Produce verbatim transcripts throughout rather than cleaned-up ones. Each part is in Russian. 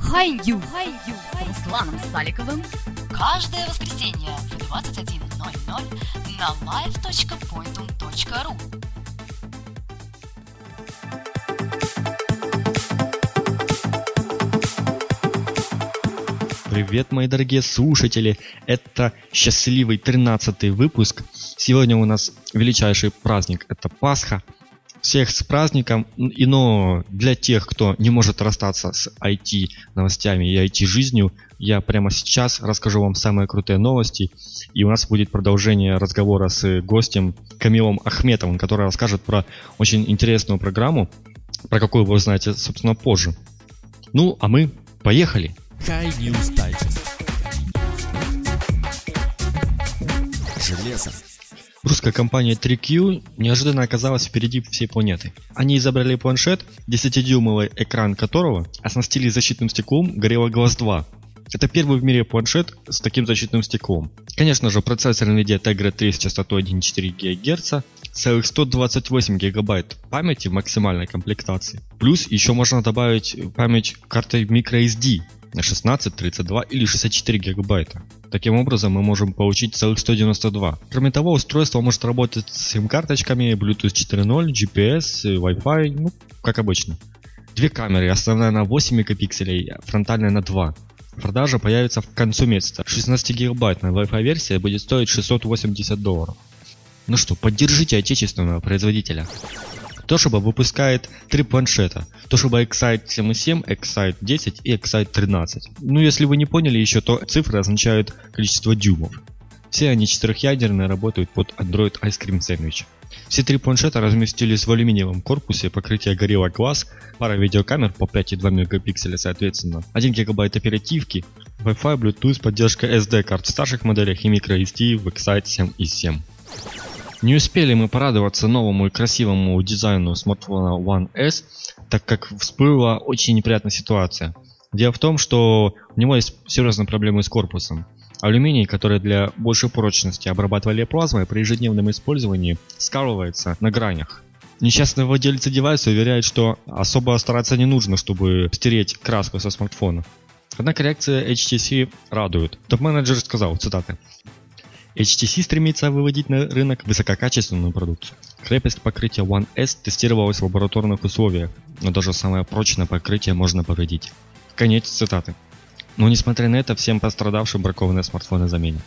Хай Ньюс с Русланом Саликовым каждое воскресенье в двадцать один ноль ноль на лайв точка поинтум точка ру. Привет, мои дорогие слушатели! Это счастливый тринадцатый выпуск. Сегодня у нас величайший праздник – это Пасха. Всех с праздником, и но для тех, кто не может расстаться с ай ти-новостями и ай ти-жизнью, я прямо сейчас расскажу вам самые крутые новости, и у нас будет продолжение разговора с гостем Камилом Ахметовым, который расскажет про очень интересную программу, про какую вы узнаете, собственно, позже. Ну, а мы поехали! High News Digest. Железо. Русская компания три кью неожиданно оказалась впереди всей планеты. Они изобрели планшет, десятидюймовый экран которого оснастили защитным стеклом Gorilla Glass два. Это первый в мире планшет с таким защитным стеклом. Конечно же, процессор NVIDIA Tegra три с частотой один и четыре гигагерца, целых сто двадцать восемь гигабайт памяти в максимальной комплектации. Плюс еще можно добавить память картой microSD на шестнадцать, тридцать два или шестьдесят четыре гигабайта. Таким образом мы можем получить целых сто девяносто два. Кроме того, устройство может работать с сим-карточками, Bluetooth четыре ноль, джи пи эс, Wi-Fi, ну, как обычно. Две камеры, основная на восемь мегапикселей, фронтальная на два. Продажа появится в концу месяца. шестнадцатигигабайтная Wi-Fi версия будет стоить шестьсот восемьдесят долларов. Ну что, поддержите отечественного производителя. Toshiba выпускает три планшета. Toshiba Excite семь и семь, Excite десять и Excite тринадцать. Ну, если вы не поняли еще, то цифры означают количество дюймов. Все они четырехъядерные, работают под Android Ice Cream Sandwich. Все три планшета разместились в алюминиевом корпусе, покрытие Gorilla Glass, пара видеокамер по пять и два мегапикселя соответственно, один гигабайт оперативки, Wi-Fi, Bluetooth, поддержка эс ди карт в старших моделях и microSD в Excite семь и семь. Не успели мы порадоваться новому и красивому дизайну смартфона One эс, так как всплыла очень неприятная ситуация. Дело в том, что у него есть серьезные проблемы с корпусом. Алюминий, который для большей прочности обрабатывали плазмой, при ежедневном использовании скалывается на гранях. Несчастные владельцы девайса уверяют, что особо стараться не нужно, чтобы стереть краску со смартфона. Однако реакция эйч ти си радует. Топ-менеджер сказал, цитата: эйч ти си стремится выводить на рынок высококачественную продукцию. Крепость покрытия One эс тестировалась в лабораторных условиях, но даже самое прочное покрытие можно повредить. Конец цитаты. Но несмотря на это, всем пострадавшим бракованные смартфоны заменят.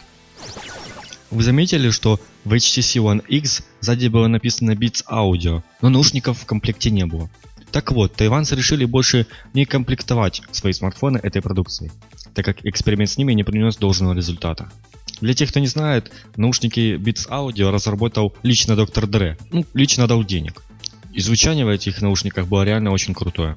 Вы заметили, что в эйч ти си One X сзади было написано Beats Audio, но наушников в комплекте не было. Так вот, тайваньцы решили больше не комплектовать свои смартфоны этой продукцией, так как эксперимент с ними не принес должного результата. Для тех, кто не знает, наушники Beats Audio разработал лично доктор Dre, ну, лично дал денег. И звучание в этих наушниках было реально очень крутое.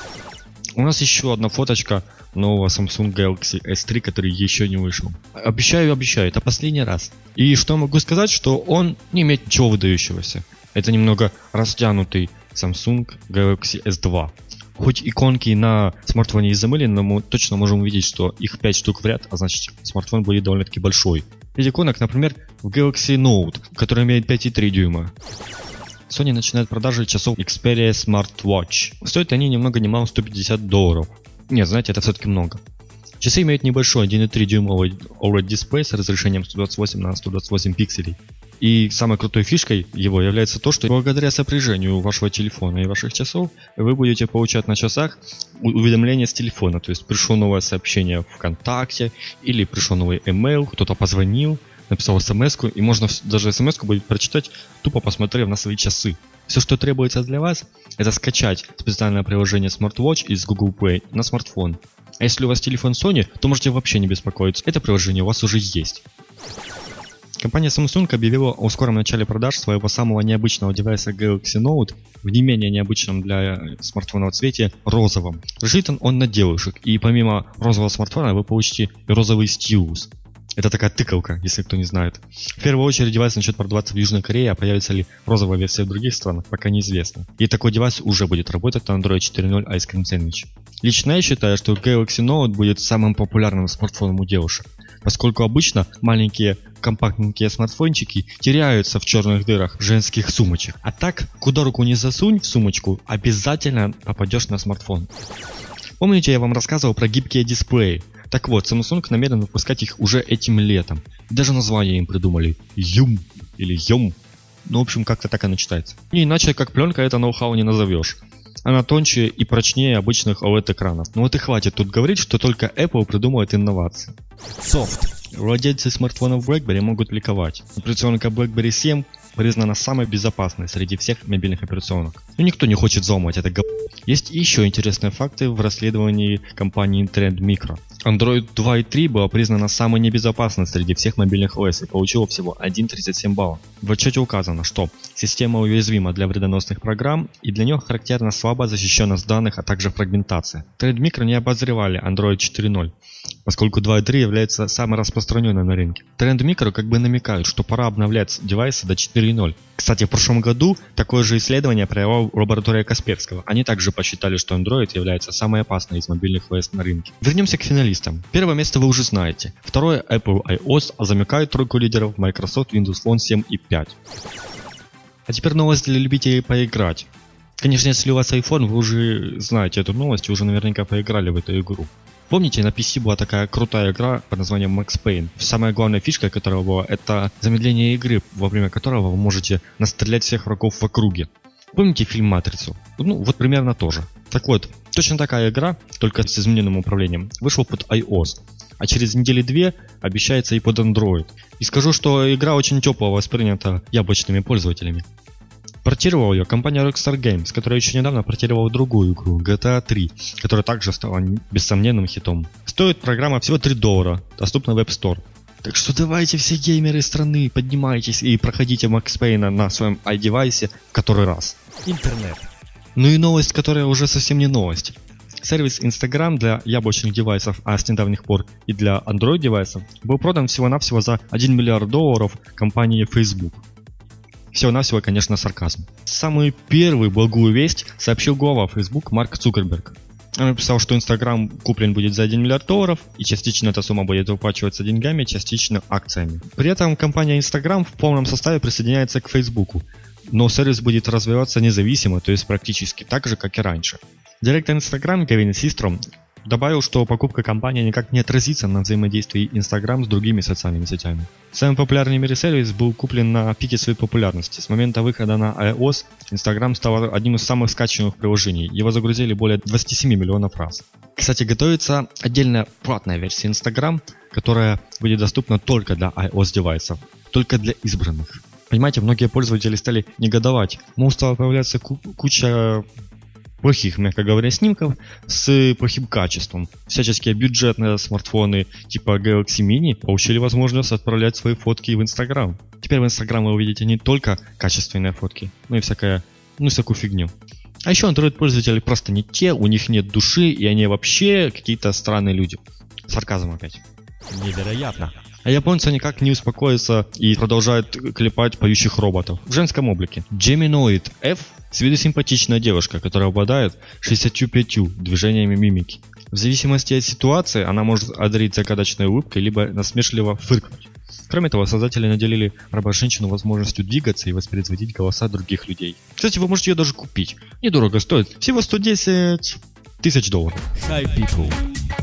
У нас еще одна фоточка нового Samsung Galaxy эс три, который еще не вышел. Обещаю, обещаю, это последний раз. И что могу сказать, что он не имеет ничего выдающегося. Это немного растянутый Samsung Galaxy эс два. Хоть иконки на смартфоне и замылены, но мы точно можем увидеть, что их пять штук в ряд, а значит смартфон будет довольно-таки большой. пять иконок, например, в Galaxy Note, который имеет пять и три дюйма. Sony начинает продажи часов Xperia Smartwatch. Стоят они ни много ни мало сто пятьдесят долларов. Нет, знаете, это все-таки много. Часы имеют небольшой один и три дюймовый о лед дисплей с разрешением сто двадцать восемь на сто двадцать восемь пикселей. И самой крутой фишкой его является то, что благодаря сопряжению вашего телефона и ваших часов вы будете получать на часах уведомления с телефона. То есть пришло новое сообщение ВКонтакте или пришел новый email, кто-то позвонил, написал смс-ку, и можно даже смс-ку будет прочитать, тупо посмотрев на свои часы. Все, что требуется для вас, это скачать специальное приложение Smartwatch из Google Play на смартфон. А если у вас телефон Sony, то можете вообще не беспокоиться, это приложение у вас уже есть. Компания Samsung объявила о скором начале продаж своего самого необычного девайса Galaxy Note в не менее необычном для смартфона цвете розовом. Рассчитан он на девушек, и помимо розового смартфона вы получите розовый стилус. Это такая тыкалка, если кто не знает. В первую очередь девайс начнет продаваться в Южной Корее, а появится ли розовая версия в других странах, пока неизвестно. И такой девайс уже будет работать на Android четыре ноль Ice Cream Sandwich. Лично я считаю, что Galaxy Note будет самым популярным смартфоном у девушек, поскольку обычно маленькие компактненькие смартфончики теряются в черных дырах женских сумочек. А так, куда руку не засунь в сумочку, обязательно попадешь на смартфон. Помните, я вам рассказывал про гибкие дисплеи? Так вот, Samsung намерен выпускать их уже этим летом. И даже название им придумали. Юм или Йом. Ну, в общем, как-то так оно читается. Не иначе, как пленка, это ноу-хау не назовешь. Она тоньше и прочнее обычных о лед экранов. Ну вот и хватит тут говорить, что только Apple придумывает инновации. Софт. Владельцы смартфонов BlackBerry могут ликовать. Операционка BlackBerry семь признана самой безопасной среди всех мобильных операционок. Но никто не хочет взломать это г***. Есть еще интересные факты в расследовании компании Trend Micro. Android два и три была признана самой небезопасной среди всех мобильных о эс и получила всего один целых тридцать семь баллов. В отчете указано, что система уязвима для вредоносных программ и для нее характерна слабая защищенность данных, а также фрагментация. Trend Micro не обозревали Android четыре ноль, поскольку два и три является самой распространенной на рынке. Trend Micro как бы намекают, что пора обновлять девайсы до четыре ноль. Кстати, в прошлом году такое же исследование провела лаборатория Касперского. Они также посчитали, что Android является самой опасной из мобильных о эс на рынке. Вернемся к финалистам. Первое место вы уже знаете. Второе Apple iOS, а замыкает тройку лидеров Microsoft Windows Phone семь и пять. А теперь новость для любителей поиграть. Конечно, если у вас iPhone, вы уже знаете эту новость и уже наверняка поиграли в эту игру. Помните, на пи си была такая крутая игра под названием Max Payne. Самая главная фишка которого была, это замедление игры, во время которого вы можете настрелять всех врагов в округе. Помните фильм «Матрицу»? Ну, вот примерно то же. Так вот, точно такая игра, только с измененным управлением, вышла под iOS. А через недели-две обещается и под Android. И скажу, что игра очень тепло воспринята яблочными пользователями. Портировала ее компания Rockstar Games, которая еще недавно портировала другую игру, джи ти эй три, которая также стала бессомненным хитом. Стоит программа всего три доллара, доступна в App Store. Так что давайте все геймеры страны, поднимайтесь и проходите Max Payne на своем iDevice в который раз. Интернет. Ну и новость, которая уже совсем не новость. Сервис Instagram для яблочных девайсов, а с недавних пор и для Android девайсов, был продан всего-навсего за один миллиард долларов компании Facebook. Всего-навсего, конечно, сарказм. Самую первую благую весть сообщил глава Facebook Марк Цукерберг. Он написал, что Instagram куплен будет за один миллиард долларов, и частично эта сумма будет выплачиваться деньгами, частично акциями. При этом компания Instagram в полном составе присоединяется к Facebook, но сервис будет развиваться независимо, то есть практически так же, как и раньше. Директор Instagram Кевин Систром добавил, что покупка компании никак не отразится на взаимодействии Instagram с другими социальными сетями. Самый популярный в мире сервис был куплен на пике своей популярности. С момента выхода на iOS Instagram стал одним из самых скачиваемых приложений. Его загрузили более двадцать семь миллионов раз. Кстати, готовится отдельная платная версия Instagram, которая будет доступна только для iOS-девайсов, только для избранных. Понимаете, многие пользователи стали негодовать. Мол, стала появляться ку- куча плохих, мягко говоря, снимков с плохим качеством. Всяческие бюджетные смартфоны типа Galaxy Mini получили возможность отправлять свои фотки в Instagram. Теперь в Instagram вы увидите не только качественные фотки, но и всякое, ну, всякую фигню. А еще Android-пользователи просто не те, у них нет души, и они вообще какие-то странные люди. Сарказм опять. Невероятно. А японцы никак не успокоятся и продолжают клепать поющих роботов в женском облике. Geminoid F с виду симпатичная девушка, которая обладает шестьдесят пять движениями мимики. В зависимости от ситуации она может одарить загадочной улыбкой, либо насмешливо фыркнуть. Кроме того, создатели наделили робот-женщину возможностью двигаться и воспроизводить голоса других людей. Кстати, вы можете ее даже купить. Недорого стоит. Всего сто десять тысяч долларов. Hi people.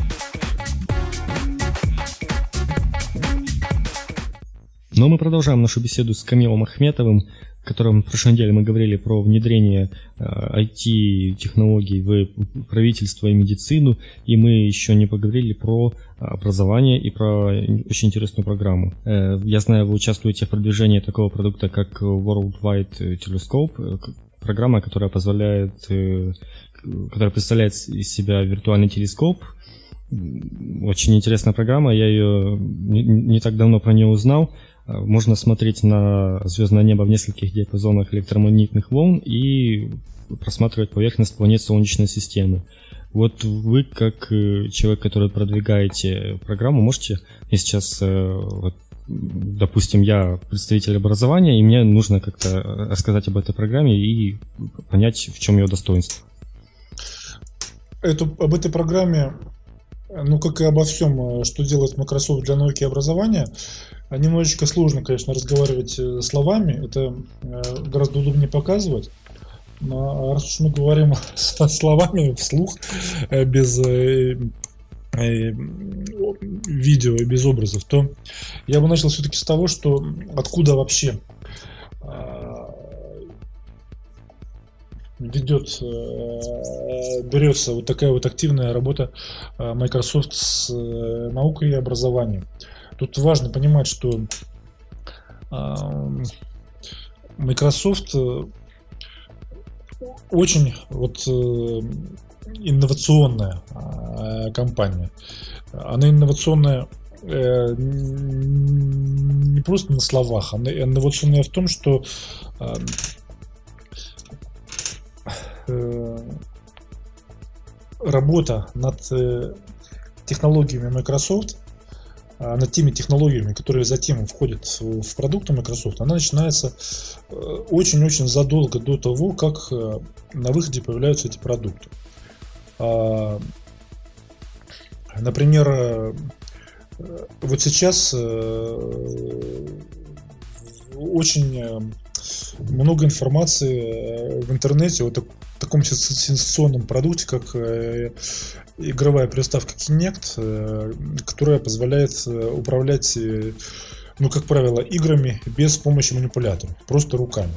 Но мы продолжаем нашу беседу с Камилом Ахметовым, в котором в прошлой неделе мы говорили про внедрение э, ай ти-технологий в правительство и медицину, и мы еще не поговорили про образование и про очень интересную программу. Э, я знаю, вы участвуете в продвижении такого продукта, как Worldwide Telescope, программа, которая позволяет, э, которая представляет из себя виртуальный телескоп. Очень интересная программа, я ее не, не так давно про нее узнал. Можно смотреть на звездное небо в нескольких диапазонах электромагнитных волн и просматривать поверхность планет Солнечной системы. Вот вы, как человек, который продвигаете программу, можете, я сейчас, вот, допустим, я представитель образования, и мне нужно как-то рассказать об этой программе и понять, в чем ее достоинство. Эту, об этой программе, ну, как и обо всем, что делает Microsoft для науки и образования, немножечко сложно, конечно, разговаривать словами. Это гораздо удобнее показывать. Но раз уж мы говорим со словами вслух, э, без э, э, видео и без образов, то я бы начал все-таки с того, что откуда вообще э, ведет, э, берется вот такая вот активная работа э, Microsoft с э, наукой и образованием. Тут важно понимать, что э, Microsoft очень вот инновационная компания. Она инновационная не просто на словах, она инновационная в том, что работа над технологиями Microsoft, над теми технологиями, которые затем входят в продукты Microsoft, она начинается очень-очень задолго до того, как на выходе появляются эти продукты. Например, вот сейчас очень много информации в интернете о таком сенсационном продукте, как игровая приставка Kinect, которая позволяет управлять, ну, как правило, играми без помощи манипуляторов, просто руками.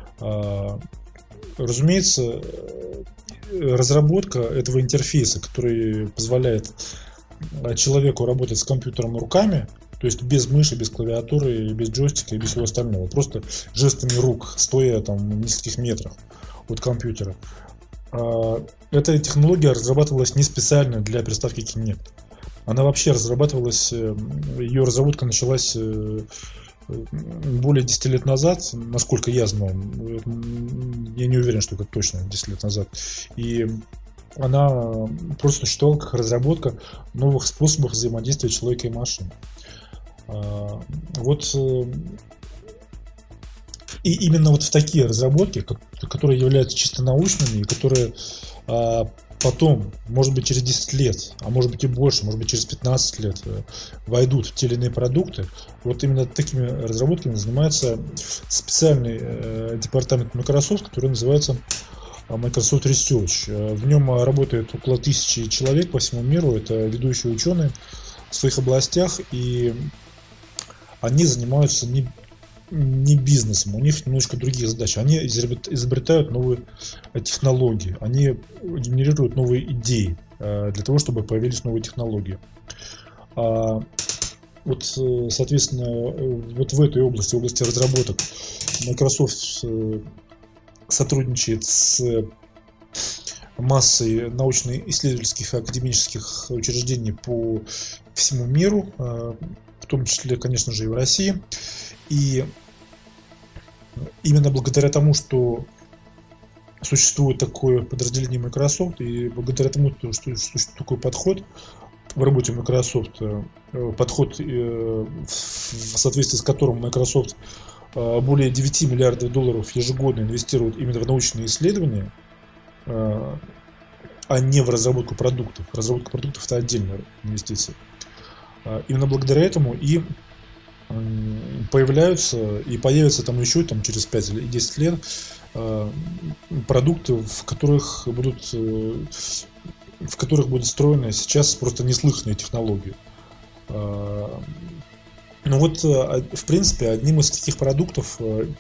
Разумеется, разработка этого интерфейса, который позволяет человеку работать с компьютером руками, то есть без мыши, без клавиатуры, без джойстика и без всего остального, просто жестами рук, стоя там в нескольких метрах от компьютера. Эта технология разрабатывалась не специально для приставки Kinect. Она вообще разрабатывалась, ее разработка началась более десяти лет назад, насколько я знаю. Я не уверен, что это точно десять лет назад. И она просто существовала как разработка новых способов взаимодействия человека и машины. Вот. И именно вот в такие разработки, которые являются чисто научными, и которые а, потом, может быть, через десять лет, а может быть и больше, может быть, через пятнадцать лет войдут в те или иные продукты, вот именно такими разработками занимается специальный э, департамент Microsoft, который называется Microsoft Research. В нем работает около тысячи человек по всему миру, это ведущие ученые в своих областях, и они занимаются не не бизнесом, у них немножко другие задачи. Они изобретают новые технологии, они генерируют новые идеи для того, чтобы появились новые технологии. Вот, соответственно, вот в этой области, в области разработок, Microsoft сотрудничает с массой научно-исследовательских и академических учреждений по всему миру, в том числе, конечно же, и в России. И именно благодаря тому, что существует такое подразделение Microsoft, и благодаря тому, что существует такой подход в работе Microsoft, подход, в соответствии с которым Microsoft более девяти миллиардов долларов ежегодно инвестирует именно в научные исследования, а не в разработку продуктов. Разработка продуктов – это отдельная инвестиция. Именно благодаря этому и появляются и появятся там еще там, через пять или десять лет продукты, в которых будут, в которых будут встроены сейчас просто неслыханные технологии. Ну вот, в принципе, одним из таких продуктов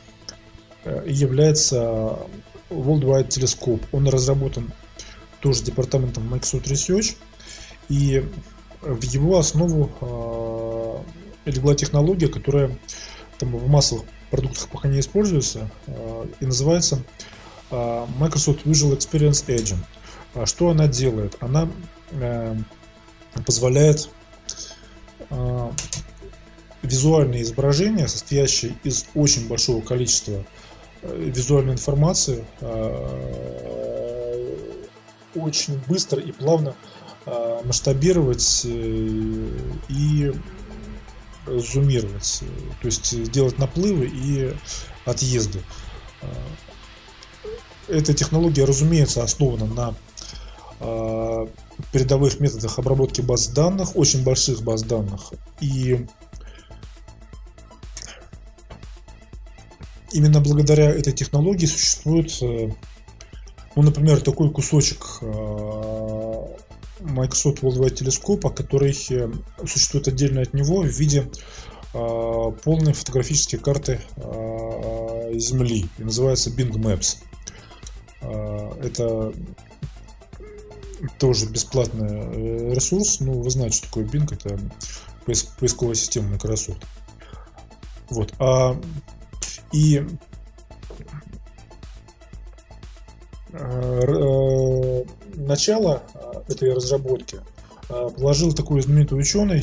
является Worldwide Telescope. Он разработан тоже департаментом Microsoft Research, и в его основу легла технология, которая там в массовых продуктах пока не используется, и называется Microsoft Visual Experience Agent. Что она делает? Она позволяет визуальные изображения, состоящие из очень большого количества визуальной информации, очень быстро и плавно масштабировать и зумировать, то есть делать наплывы и отъезды. Эта технология, разумеется, основана на передовых методах обработки баз данных, очень больших баз данных, и именно благодаря этой технологии существует Ну, например, такой кусочек Microsoft Worldwide телескопа, который существует отдельно от него в виде полной фотографической карты Земли и называется Bing Maps. Это тоже бесплатный ресурс. Ну, вы знаете, что такое Bing, это поисковая система Microsoft. Вот. А, и а, начало этой разработки положил такой знаменитый ученый,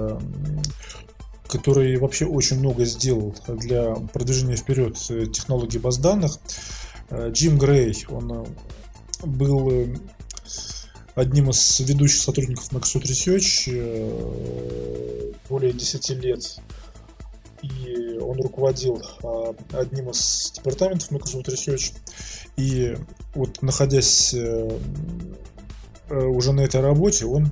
который вообще очень много сделал для продвижения вперед технологий баз данных. Джим Грей, он был одним из ведущих сотрудников Microsoft Research более десяти лет, и он руководил одним из департаментов Microsoft Research. И вот, находясь уже на этой работе, он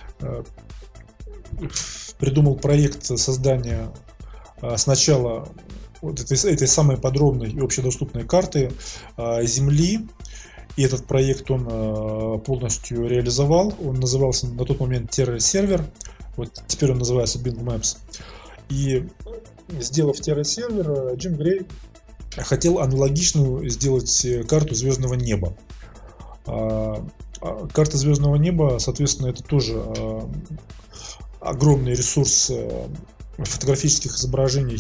придумал проект создания сначала вот этой, этой самой подробной и общедоступной карты Земли. И этот проект он полностью реализовал. Он назывался на тот момент Terra Server. Вот теперь он называется Bing Maps. И сделав Terra Server, Джим Грей хотел аналогичную сделать карту звездного неба. Карта звездного неба, соответственно, это тоже огромный ресурс фотографических изображений,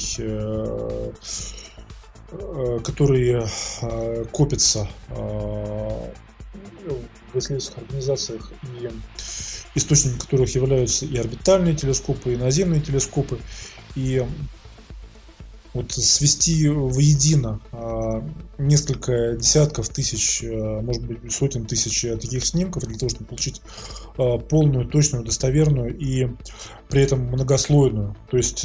которые копятся в исследовательских организациях, и источником которых являются и орбитальные телескопы, и наземные телескопы. И вот свести воедино несколько десятков тысяч, может быть, сотен тысяч таких снимков для того, чтобы получить полную, точную, достоверную и при этом многослойную. То есть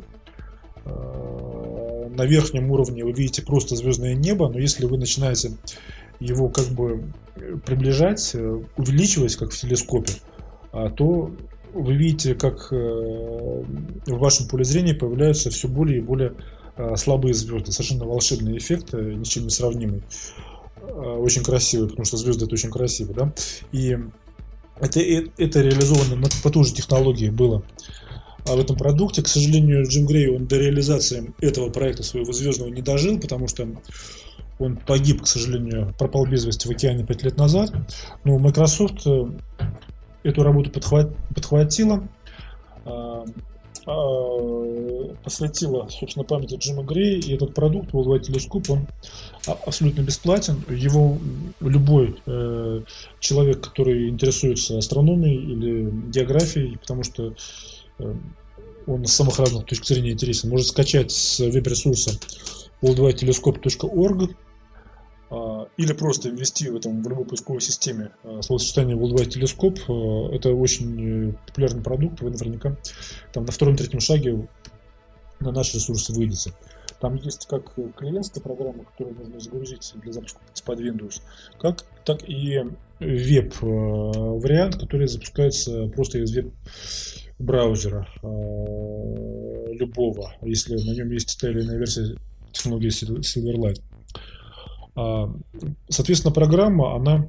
на верхнем уровне вы видите просто звездное небо, но если вы начинаете его как бы приближать, увеличивать, как в телескопе, то вы видите, как в вашем поле зрения появляются все более и более слабые звезды. Совершенно волшебный эффект, ни с чем не сравнимый. Очень красивый, потому что звезды — это очень красиво, да? И это, это реализовано по той же технологии было в этом продукте. К сожалению, Джим Грей, он до реализации этого проекта своего звездного не дожил, потому что он погиб, к сожалению, пропал без вести в океане пять лет назад. Но Microsoft эту работу подхватила, посвятила, собственно, памяти Джима Грея, и этот продукт, Worldwide телескоп, он абсолютно бесплатен. Его любой э, человек, который интересуется астрономией или географией, потому что э, он с самых разных точек зрения интересен, может скачать с веб-ресурса worldwide telescope точка org, или просто ввести в, этом, в любой поисковой системе словосочетание Worldwide телескоп. Это очень популярный продукт, вы наверняка там на втором-третьем шаге на наши ресурсы выйдете. Там есть как клиентская программа, которую нужно загрузить для запуска под Windows, как, так и веб-вариант, который запускается просто из веб-браузера любого, если на нем есть та или иная версия технологии Silverlight. Соответственно, программа, она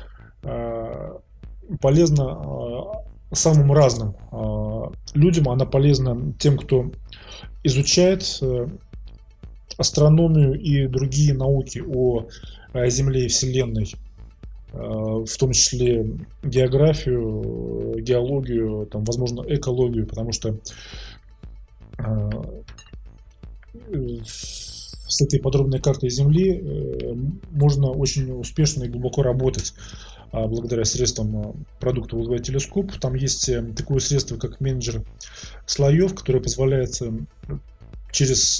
полезна самым разным людям. Она полезна тем, кто изучает астрономию и другие науки о Земле и Вселенной, в том числе географию, геологию, там, возможно, экологию, потому что с этой подробной картой Земли можно очень успешно и глубоко работать благодаря средствам продукта Worldwide телескоп. Там есть такое средство, как менеджер слоев, которое позволяет через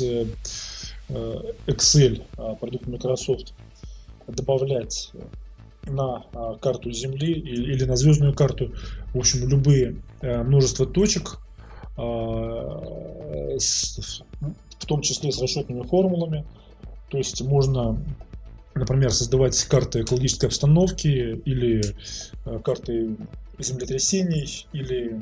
Excel продукт Microsoft добавлять на карту Земли или на звездную карту, в общем, любые множество точек, в том числе с расчетными формулами. То есть можно, например, создавать карты экологической обстановки или карты землетрясений или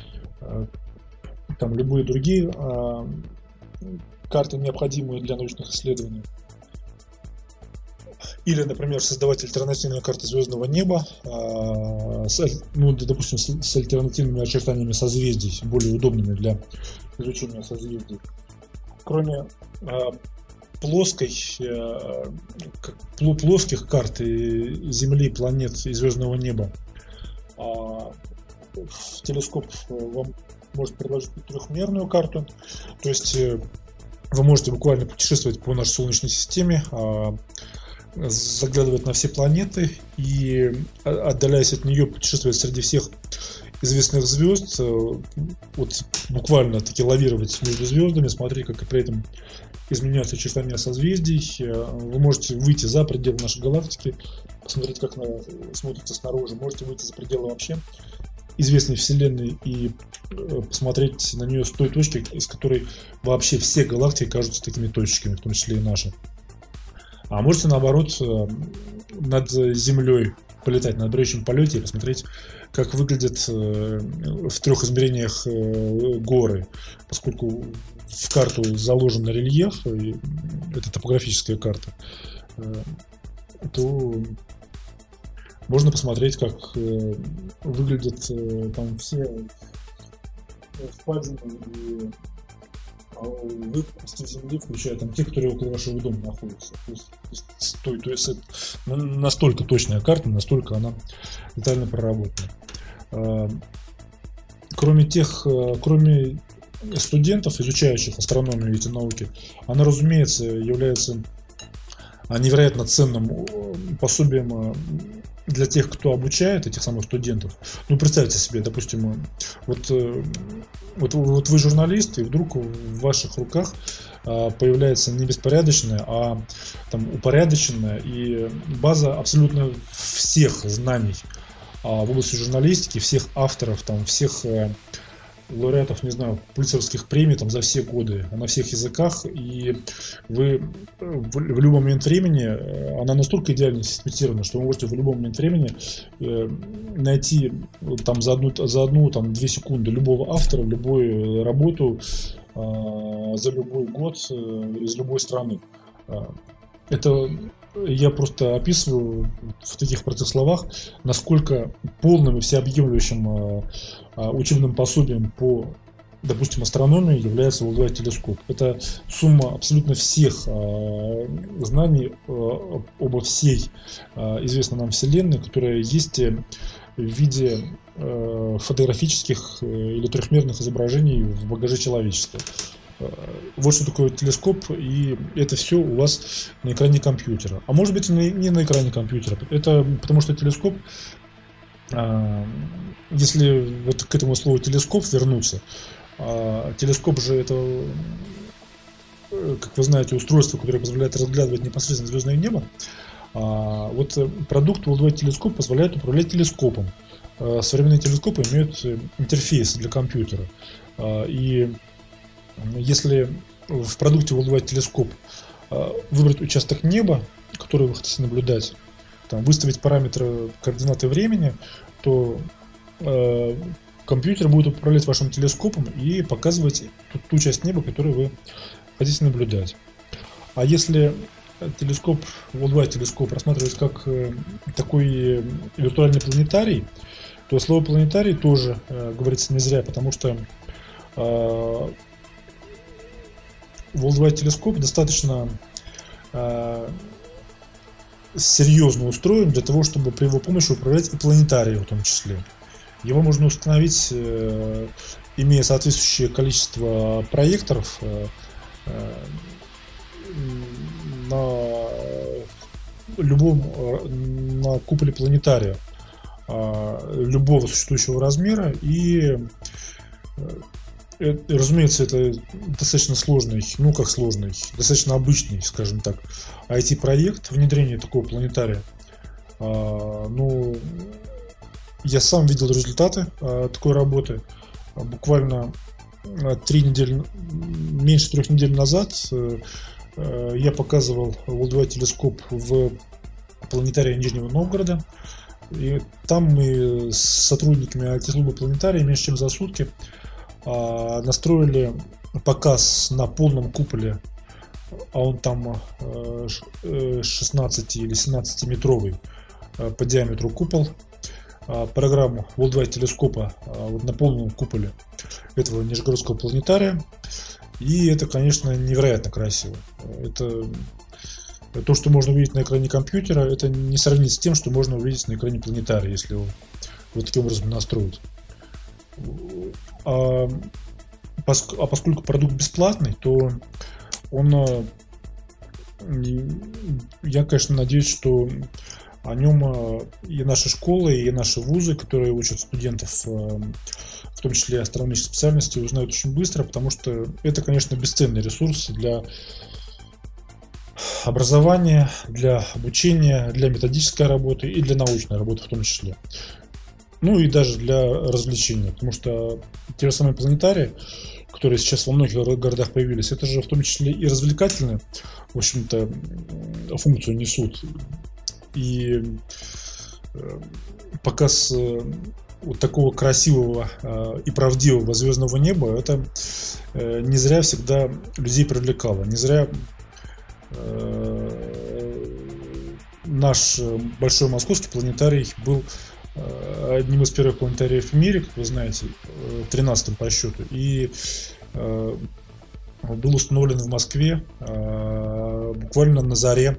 там любые другие карты, необходимые для научных исследований. Или, например, создавать альтернативные карты звездного неба, с, ну, допустим, с альтернативными очертаниями созвездий, более удобными для изучения созвездий. Кроме плоской, плоских карт Земли, планет и звездного неба, телескоп вам может предложить трехмерную карту, то есть вы можете буквально путешествовать по нашей Солнечной системе, заглядывать на все планеты и, отдаляясь от нее, путешествовать среди всех известных звезд, вот буквально таки лавировать между звездами, смотреть, как и при этом изменяются очертания созвездий. Вы можете выйти за пределы нашей галактики, посмотреть, как она смотрится снаружи. Можете выйти за пределы вообще известной Вселенной и посмотреть на нее с той точки, из которой вообще все галактики кажутся такими точечками, в том числе и наши. А можете, наоборот, над Землей полетать на бреющем полете и посмотреть, как выглядят в трех измерениях горы, поскольку в карту заложен рельеф, это топографическая карта, то можно посмотреть, как выглядят там все впадины и выпуски Земли, включая там те, которые около вашего дома находятся. То есть, то есть, то есть это настолько точная карта, настолько она детально проработана. Кроме тех, кроме студентов, изучающих астрономию и эти науки, она, разумеется, является невероятно ценным пособием для тех, кто обучает этих самых студентов. Ну, представьте себе, допустим, вот, вот, вот вы журналист, и вдруг в ваших руках появляется не беспорядочная, а там упорядоченная и база абсолютно всех знаний в области журналистики, всех авторов, там, всех лауреатов, не знаю, пулитцеровских премий там за все годы, на всех языках, и вы в, в любой момент времени, она настолько идеально систематизирована, что вы можете в любой момент времени э, найти там за одну, за одну там, две секунды любого автора, любую работу э, за любой год э, из любой страны. Это я просто описываю в таких простых словах, насколько полным и всеобъемлющим э, учебным пособием по, допустим, астрономии является Worldwide телескоп. Это сумма абсолютно всех э, знаний э, обо всей э, известной нам Вселенной, которая есть в виде э, фотографических э, или трехмерных изображений в багаже человечества. Вот что такое телескоп, и это все у вас на экране компьютера. А может быть, не на экране компьютера. Это потому что телескоп, если вот к этому слову телескоп вернуться, телескоп же это, как вы знаете, устройство, которое позволяет разглядывать непосредственно звездное небо. Вот продукт Worldwide телескоп позволяет управлять телескопом. Современные телескопы имеют интерфейс для компьютера. И если в продукте Worldwide телескоп выбрать участок неба, который вы хотите наблюдать, там, выставить параметры координаты времени, то э, компьютер будет управлять вашим телескопом и показывать ту, ту часть неба, которую вы хотите наблюдать. А если телескоп, Worldwide телескоп рассматривать как э, такой виртуальный планетарий, то слово планетарий тоже э, говорится не зря, потому что э, Worldwide телескоп достаточно э, серьезно устроен для того, чтобы при его помощи управлять и планетарием в том числе. Его можно установить, э, имея соответствующее количество проекторов э, э, на любом э, на куполе планетария э, любого существующего размера, и э, разумеется, это достаточно сложный, ну как сложный, достаточно обычный, скажем так, ай ти-проект внедрения такого планетария. А, ну, я сам видел результаты а, такой работы. А, буквально три недели, меньше трех недель назад а, я показывал Worldwide телескоп в планетарии Нижнего Новгорода. И там мы с сотрудниками ай ти-службы планетария меньше чем за сутки настроили показ на полном куполе а он там шестнадцати или семнадцатиметровый по диаметру купол. Программу Worldwide телескопа вот на полном куполе этого Нижегородского планетария. И это, конечно, невероятно красиво. Это то, что можно увидеть на экране компьютера, это не сравнить с тем, что можно увидеть на экране планетария, если его вот таким образом настроить. А, а поскольку продукт бесплатный, то он, я, конечно, надеюсь, что о нем и наши школы, и наши вузы, которые учат студентов, в том числе астрономической специальности, узнают очень быстро, потому что это, конечно, бесценный ресурс для образования, для обучения, для методической работы и для научной работы в том числе. Ну и даже для развлечения, потому что те же самые планетарии, которые сейчас во многих городах появились, это же в том числе и развлекательную, в общем-то, функцию несут. И показ вот такого красивого и правдивого звездного неба, это не зря всегда людей привлекало. Не зря наш большой московский планетарий был одним из первых планетариев в мире, как вы знаете, тринадцатым по счету. И был установлен в Москве буквально на заре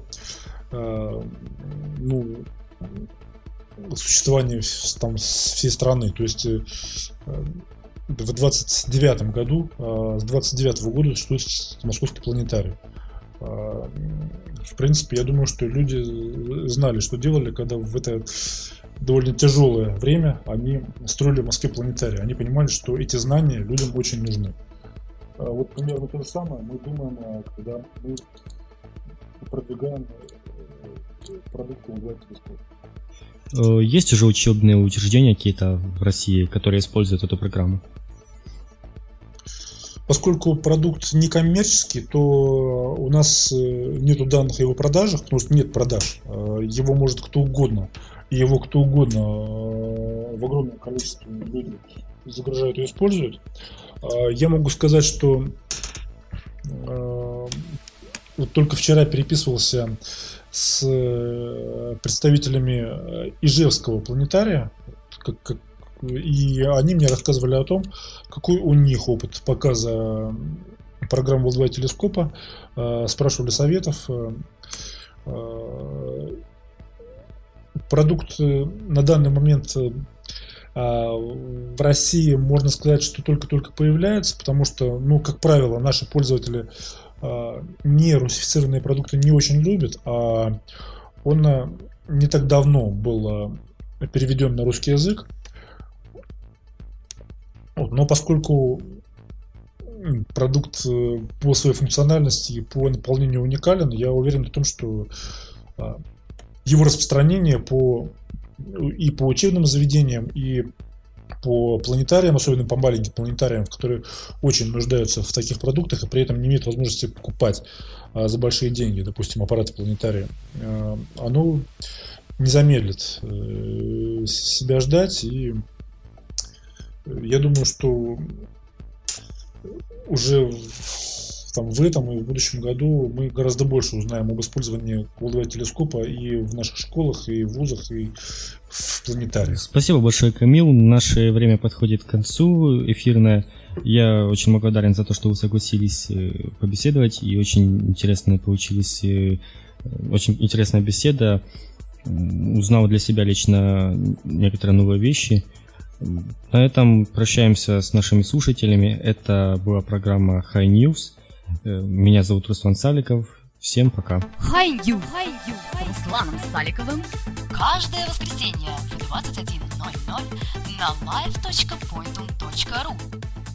ну, существования там всей страны. То есть в двадцать девятом году, с двадцать девятого года существует московский планетарий. В принципе, я думаю, что люди знали, что делали, когда в это довольно тяжелое время они строили в Москве планетарий. Они понимали, что эти знания людям очень нужны. Вот примерно то же самое мы думаем, когда мы продвигаем продукты Worldwide телескопа. Есть уже учебные учреждения какие-то в России, которые используют эту программу? Поскольку продукт не коммерческий, то у нас нету данных о его продажах, потому что нет продаж. Его может кто угодно, и его кто угодно в огромном количестве людей загружают и используют. Я могу сказать, что вот только вчера переписывался с представителями Ижевского планетария, как, как, и они мне рассказывали о том, какой у них опыт показа программы Worldwide телескопа, спрашивали советов. Продукт на данный момент в России, можно сказать, что только-только появляется, потому что, ну, как правило, наши пользователи не русифицированные продукты не очень любят, а он не так давно был переведен на русский язык. Но поскольку продукт по своей функциональности и по наполнению уникален, я уверен в том, что его распространение по, и по учебным заведениям, и по планетариям, особенно по маленьким планетариям, которые очень нуждаются в таких продуктах и при этом не имеют возможности покупать а, за большие деньги, допустим, аппараты планетария, а, оно не замедлит э, себя ждать. И я думаю, что уже в, там, в этом и в будущем году мы гораздо больше узнаем об использовании Worldwide телескопа и в наших школах, и в вузах, и в планетариях. Спасибо большое, Камил. Наше время подходит к концу эфирное. Я очень благодарен за то, что вы согласились побеседовать, и очень интересно получились, очень интересная беседа. Узнал для себя лично некоторые новые вещи. На этом прощаемся с нашими слушателями. Это была программа High News. Меня зовут Руслан Саликов. Всем пока. High News с Русланом Саликовым каждое воскресенье в двадцать один ноль ноль на лайв точка поинтум точка ру.